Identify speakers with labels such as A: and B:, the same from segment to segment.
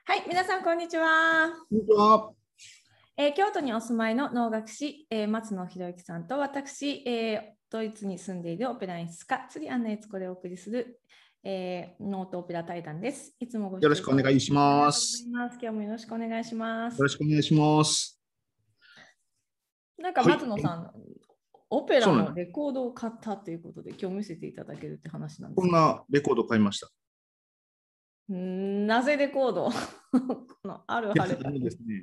A: はい、皆さんこんにちは。
B: こんにちは。
A: 京都にお住まいの能楽師、松野博之さんと私、ドイツに住んでいるオペラ演出家、釣りアンナ悦子でお送りする、ノートオペラ対談です。いつもご視聴
B: よろしくお願いします。
A: 今日もよろしくお願いします。
B: よろしくお願いします。
A: なんか松野さん、オペラの
B: そうなん
A: レコードを買ったということで、今日見せていただけるって話なんです
B: こんなレコード買いました。
A: なぜレコードこのあるはるか
B: ですね。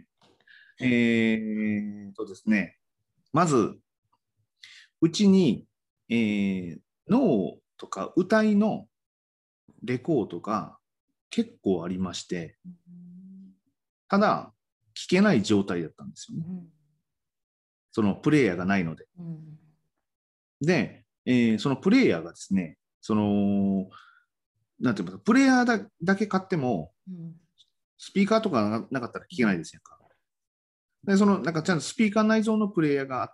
B: ですね。まず、うちに、能とか歌いのレコードが結構ありまして、ただ、聴けない状態だったんですよね。そのプレイヤーがないので。で、そのプレイヤーがですね、なんていうか、プレイヤーだけ買っても、スピーカーとかなかったら聞けないですよか。で、なんかちゃんとスピーカー内蔵のプレイヤーがあって、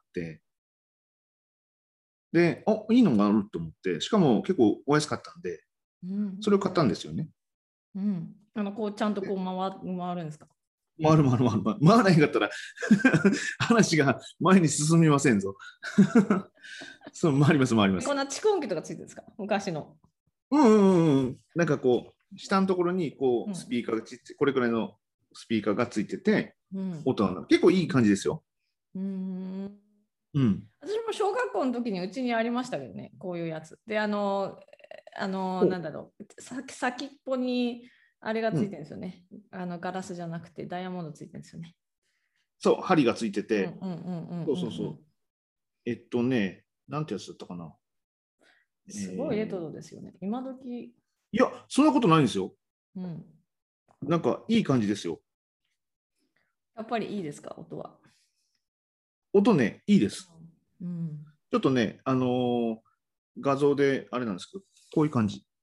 B: で、いいのがあると思って、しかも結構お安かったんで、それを買ったんですよね。
A: こうちゃんとこう回るんですか？
B: 回らないんだったら話が前に進みませんぞ。そう、回ります。
A: こんな蓄音機とかついてるんですか？昔の。
B: なんかこう、下のところにこうスピーカーがついて、これくらいのスピーカーがついてて、音が結構いい感じですよ。
A: 私も小学校の時にうちにありましたけどね、こういうやつ。で、なんだろう、先っぽにあれがついてるんですよね。ガラスじゃなくてダイヤモンドついてるんですよね。
B: そう、針がついてて、なんてやつだったかな。
A: すごいレトロですよね。今時。
B: いや、そんなことないんですよ。なんかいい感じですよ。
A: やっぱりいいですか、音は。
B: 音ね、いいです。ちょっとね、画像であれなんですけど、こういう感じ。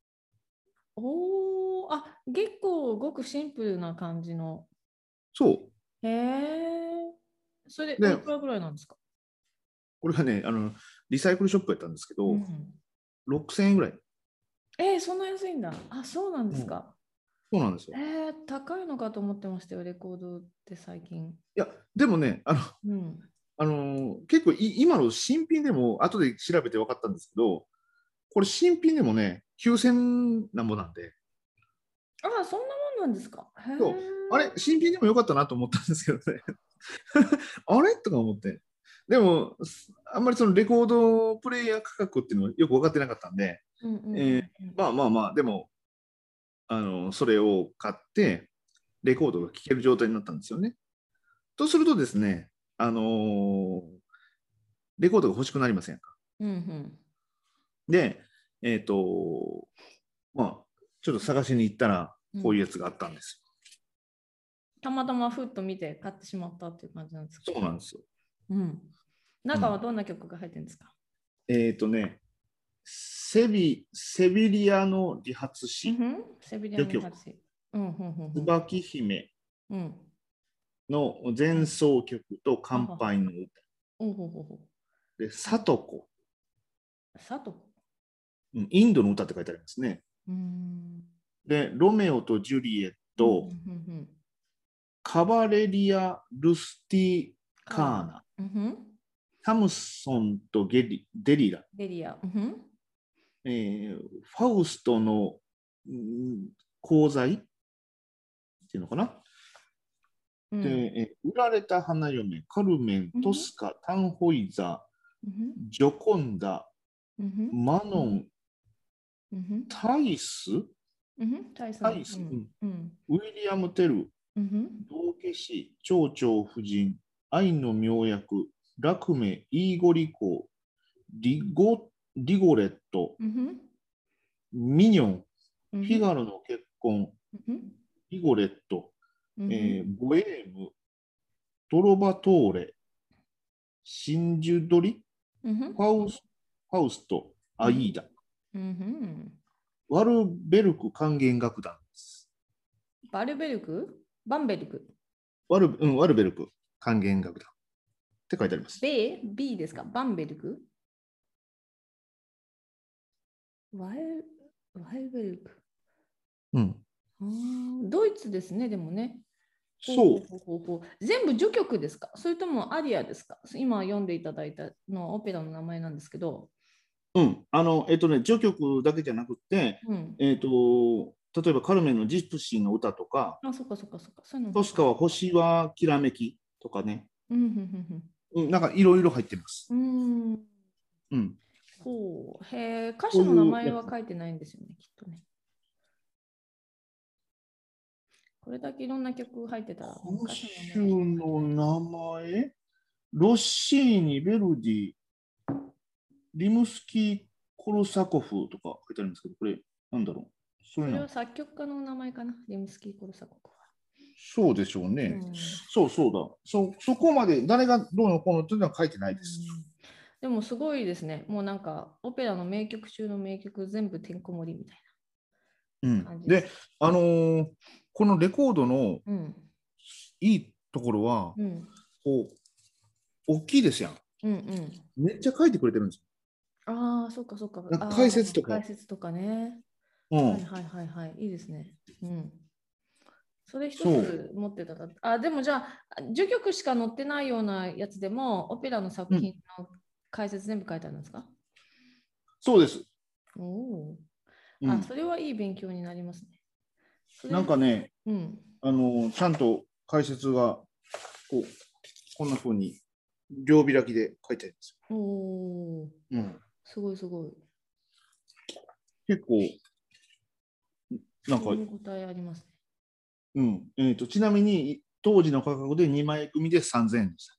A: 結構ごくシンプルな感じの。
B: そう。
A: へえ。それでおいくらぐらいなんですか？
B: これがね、リサイクルショップやったんですけど、6000円ぐらい。
A: そんな安いんだ。そうなんですか。
B: そうなんですよ。
A: 高いのかと思ってましたよ、レコードって最近。
B: いや、でもね、結構今の新品でも、後で調べて分かったんですけど、これ新品でもね、9000なんぼなんで。
A: そんなもんなんですか。
B: そう。あれ、新品でもよかったなと思ったんですけどね。あれとか思って。でも、あんまりそのレコードプレイヤー価格っていうのはよく分かってなかったんで、でも、それを買って、レコードが聴ける状態になったんですよね。とするとですね、レコードが欲しくなりませんか。で、ちょっと探しに行ったら、こういうやつがあったんですよ。
A: たまたまふっと見て買ってしまったっていう感じなんですか？
B: そうなんですよ。
A: 中はどんな曲が入ってるんですか？
B: セビリアの理髪師。
A: セビリアの理髪師。
B: 椿姫の前奏曲と乾杯の歌。で、サトコ。インドの歌って書いてありますね。で、ロメオとジュリエット、カバレリア・ルスティ・カーナ、サムソンとデリラ、ファウストの功罪っていうのかな。で、売られた花嫁、カルメン、トスカ、タンホイザ、ジョコンダ、マノン、タイス、ウィリアム・テル、道化師、蝶々夫人、愛の妙薬、ラクメ、イーゴリコ、リゴレット、ミニョン、フィガロの結婚、リゴレット、ボエーム、トロバトーレ、真珠ドリ、ファウスト、アイーダ、ワルベルク管弦楽団です。
A: バンベルク
B: ワルベルク管弦楽団って書いてあります。
A: B ですか？バンベルクワルベルク。 ドイツですね、でもね。
B: そう。
A: 全部序曲ですか？それともアリアですか？今読んでいただいたのオペラの名前なんですけど。
B: うん。序曲だけじゃなくて、例えばカルメンのジプシーの歌とか、
A: そっかそっかそっか。そういうのも
B: トスカは星はきらめきとかね。なんかいろいろ入ってます。
A: ほう。へえ、歌手の名前は書いてないんですよね、きっとね。これだけいろんな曲入ってたら。
B: 歌手の名前ロッシーニ、ベルディ、リムスキー・コルサコフとか書いてあるんですけど、これ、なんだろう。
A: それは作曲家の名前かな、リムスキー・コルサコフは。
B: そうでしょうね。そうだ。そこまで誰がどうのこうのというのは書いてないです。
A: でもすごいですね。もうなんか、オペラの名曲中の名曲全部てんこ盛りみたいな感じです。
B: このレコードのいいところは、こう、大きいですやん。めっちゃ書いてくれてるんですよ。
A: ああ、そっかそっか。
B: 解説とか。
A: 解説とかね。はいはいはいはい。いいですね。それ一つ持ってたら。でもじゃあ、序曲しか載ってないようなやつでも、オペラの作品の解説全部書いてあるんですか？
B: そうです。
A: おお。それはいい勉強になりますね。
B: なんかね、ちゃんと解説がこんな風に両開きで書いてあるんですよ。
A: おお。すごいすごい。
B: 結構、なんか。
A: 答えあります
B: ね。ちなみに、当時の価格で2枚組で3000円でした。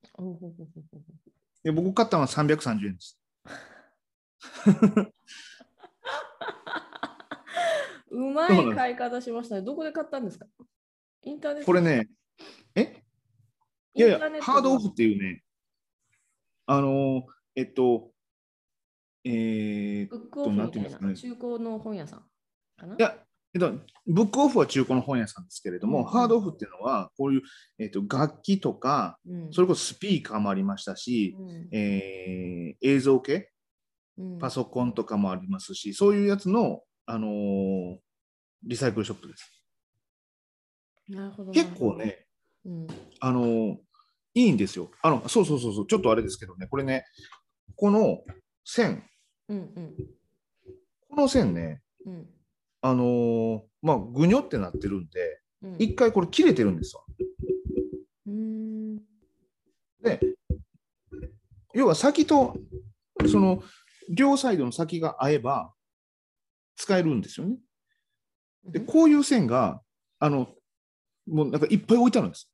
B: で僕買ったのは330円です。
A: うまい買い方しましたね。どこで買ったんですか？インターネット。
B: これね、いやいや、ハードオフっていうね、
A: ブックオフみたいな、中古の本屋さんかな？
B: いや、ブックオフは中古の本屋さんですけれども、ハードオフっていうのは、こういう、楽器とか、それこそスピーカーもありましたし、映像系、パソコンとかもありますし、そういうやつの、リサイクルショップです。
A: なるほど。
B: 結構ね、いいんですよ。そう、ちょっとあれですけどね、これね、この線、この線ね、ぐにょってなってるんで、一回これ切れてるんですわ。で、要は先と、その、両サイドの先が合えば使えるんですよね。で、こういう線が、もうなんかいっぱい置いてあるんです。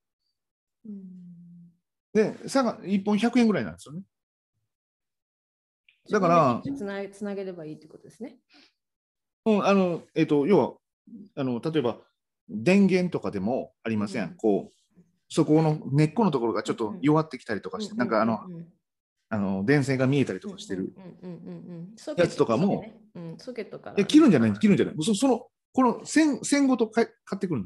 B: で、1本100円ぐらいなんですよね。だから、
A: つなげればいいってことですね。
B: 要は、例えば、電源とかでもありません。そこの根っこのところがちょっと弱ってきたりとかして、なんか電線が見えたりとかしてるやつとかも、
A: ソケットから。
B: 切るんじゃない。この線ごと買ってくる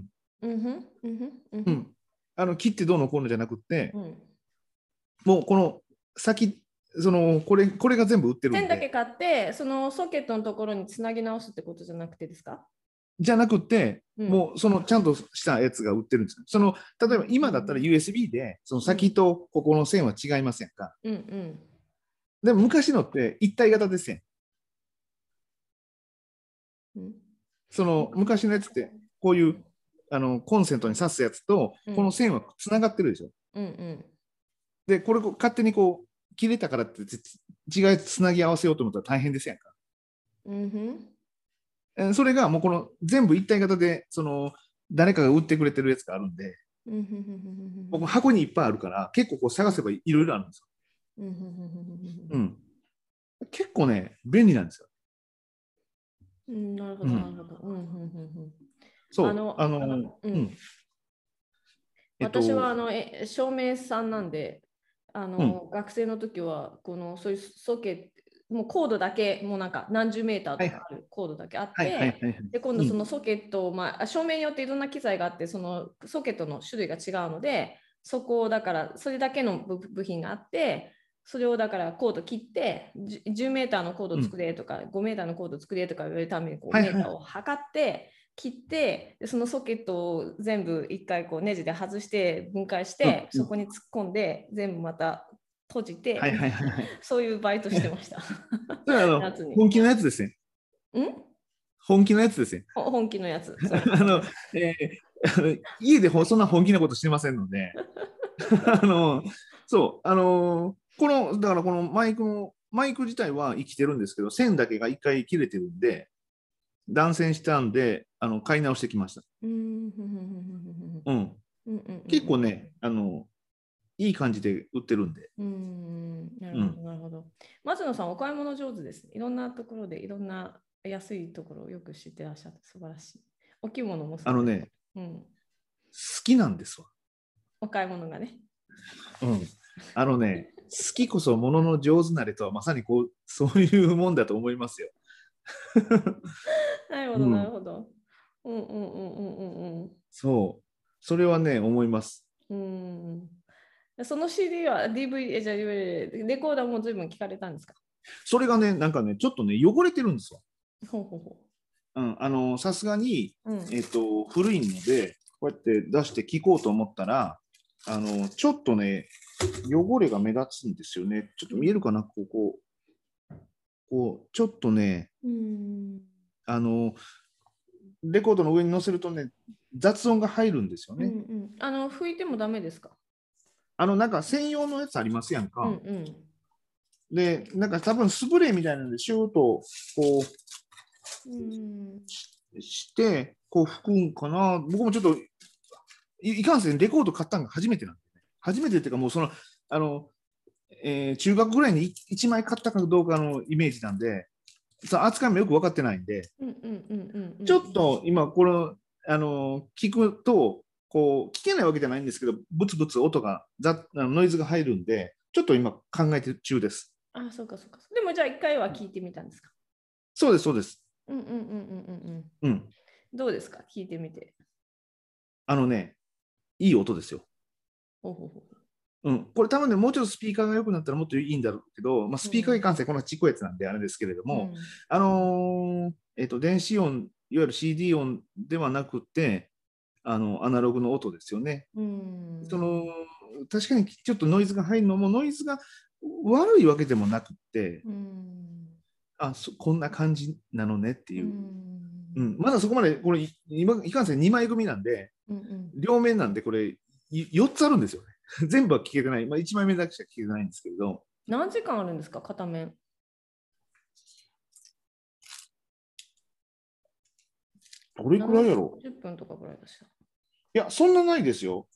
B: の。切ってどうのこうのじゃなくて、もうこの先、これが全部売ってるんで。
A: 線だけ買って、そのソケットのところにつなぎ直すってことじゃなくてですか？
B: じゃなくて、もうちゃんとしたやつが売ってるんです。例えば今だったら USB で、その先とここの線は違いませんか。でも昔のって一体型ですよ。昔のやつって、こういうコンセントに挿すやつと、この線はつながってるでしょ。で、これ勝手に切れたからって違いつなぎ合わせようと思ったら大変ですやんか。それがもうこの全部一体型で誰かが売ってくれてるやつがあるんで、僕箱にいっぱいあるから結構探せばいろいろあるんですよ。結構ね便利なんですよ。
A: なるほどなるほど。
B: そう。
A: 私は照明さんなんで、学生の時はそういうソケット、もうコードだけ、もうなんか何十メーターとかあるコードだけあって、で今度そのソケットを、照明によっていろんな機材があって、そのソケットの種類が違うので、そこをだからそれだけの部品があって、それをだからコード切って10メーターのコード作れとか、5メーターのコード作れとか言われるためにメーターを測って、 切ってそのソケットを全部一回こうネジで外して分解して、そこに突っ込んで全部また閉じて、そういうバイトしてました。
B: 本気のやつですね。本気のやつですね。
A: 本気のやつ。
B: 家でそんな本気なことしてませんのでそう、だからこのマイク自体は生きてるんですけど、線だけが一回切れてるんで、断線したんで、買い直してきました。結構ね、いい感じで売ってるんで。
A: なるほど、なるほど。松野さん、お買い物上手ですね。いろんなところで、いろんな安いところをよく知ってらっしゃって、素晴らしい。お着物も
B: 好きなんですわ。
A: お買い物がね。
B: 好きこそものの上手なれとはまさにそういうもんだと思いますよ。
A: なるほど、なるほど。
B: そう、それはね、思います。
A: その CD は DVD、じゃあレコーダーも随分聞かれたんですか？
B: それがね、なんかね、ちょっとね、汚れてるんですわ。さすがに、古いので、こうやって出して聞こうと思ったら、ちょっとね、汚れが目立つんですよね。ちょっと見えるかな、こう、ちょっとね、レコードの上に乗せるとね、雑音が入るんですよね。
A: 拭いてもダメですか？
B: なんか専用のやつありますやんか。で、なんか多分スプレーみたいなのでシューッとこうして、こう拭くんかな。僕もちょっといかんせんレコード買ったのが初めてなんでね。初めてっていうかもう中学ぐらいに1枚買ったかどうかのイメージなんで、扱いもよく分かってないんで、ちょっと今これ聞くとこう聞けないわけじゃないんですけど、ブツブツ音がノイズが入るんで、ちょっと今考えて中です。
A: そうかそうか。でもじゃあ1回は聞いてみたんですか？
B: そうですそうです。
A: どうですか、聞いてみて。
B: いい音ですよ。これ多分ね、もうちょっとスピーカーが良くなったらもっといいんだろうけど、スピーカーに関してこのちっこいやつなんであれですけれども、電子音、いわゆる CD 音ではなくて、アナログの音ですよね。確かにちょっとノイズが入るのも、ノイズが悪いわけでもなくて、こんな感じなのねっていう。まだそこまで、これ、今いかんせん2枚組なんで、両面なんで、これ、4つあるんですよね。全部は聞けてない。1枚目だけしか聞けてないんですけれど。
A: 何時間あるんですか、片面。
B: どれくらいやろ
A: う？10分とかぐらいでした。
B: いや、そんなないですよ。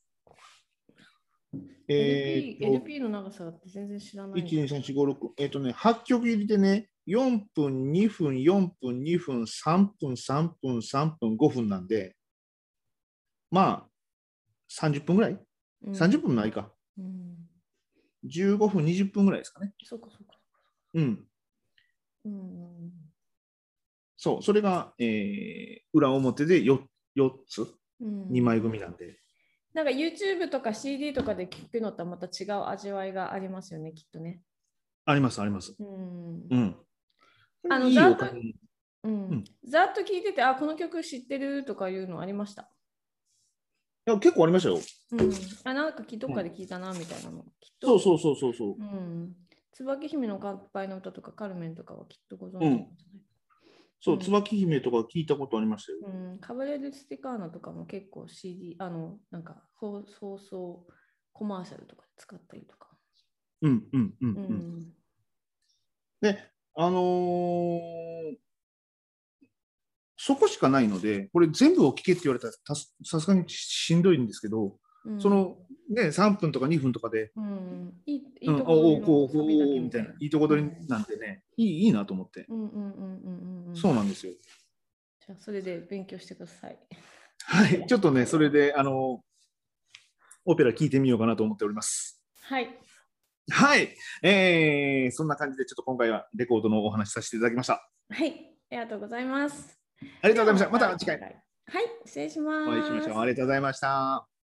A: LP の長さって全然知らない。
B: 1、2、3、4、5、6。8曲入りでね、4分、2分、4分、2分、3分、3分、3分、5分なんで、30分ぐらい、30分ないか。15分、20分ぐらいですかね。
A: そうか、そうか。
B: そう、それが、裏表で 4つ、2枚組なんで。
A: なんか YouTube とか CD とかで聞くのとはまた違う味わいがありますよね、きっとね。
B: あります、あります。
A: ざっと聞いてて、この曲知ってるとかいうのありました？
B: いや、結構ありましたよ。
A: なんかどっかで聞いたなみたいなの。
B: そう。
A: 椿姫の乾杯の歌とかカルメンとかはきっとご存知なんじゃない？
B: そう、椿姫とか聞いたことありましたよ。
A: カバレル・スティカーナとかも結構 CD、なんか放送コマーシャルとかで使ったりとか。
B: で、そこしかないので、これ全部を聞けって言われたらさすがにしんどいんですけど、そのね、3分とか2分とかで、
A: いいとこ取り
B: みたいな、いいとこ取りなんでね、いいなと思って。そうなんですよ。
A: じゃあ、それで勉強してください。
B: はい、ちょっとね、それで、オペラ聞いてみようかなと思っております。
A: はい。
B: はい。そんな感じで、ちょっと今回はレコードのお話しさせていただきました。
A: はい。ありがとうございます。
B: ありがとうございました。また次回。
A: はい、失礼します。
B: お会いしましょう。ありがとうございました。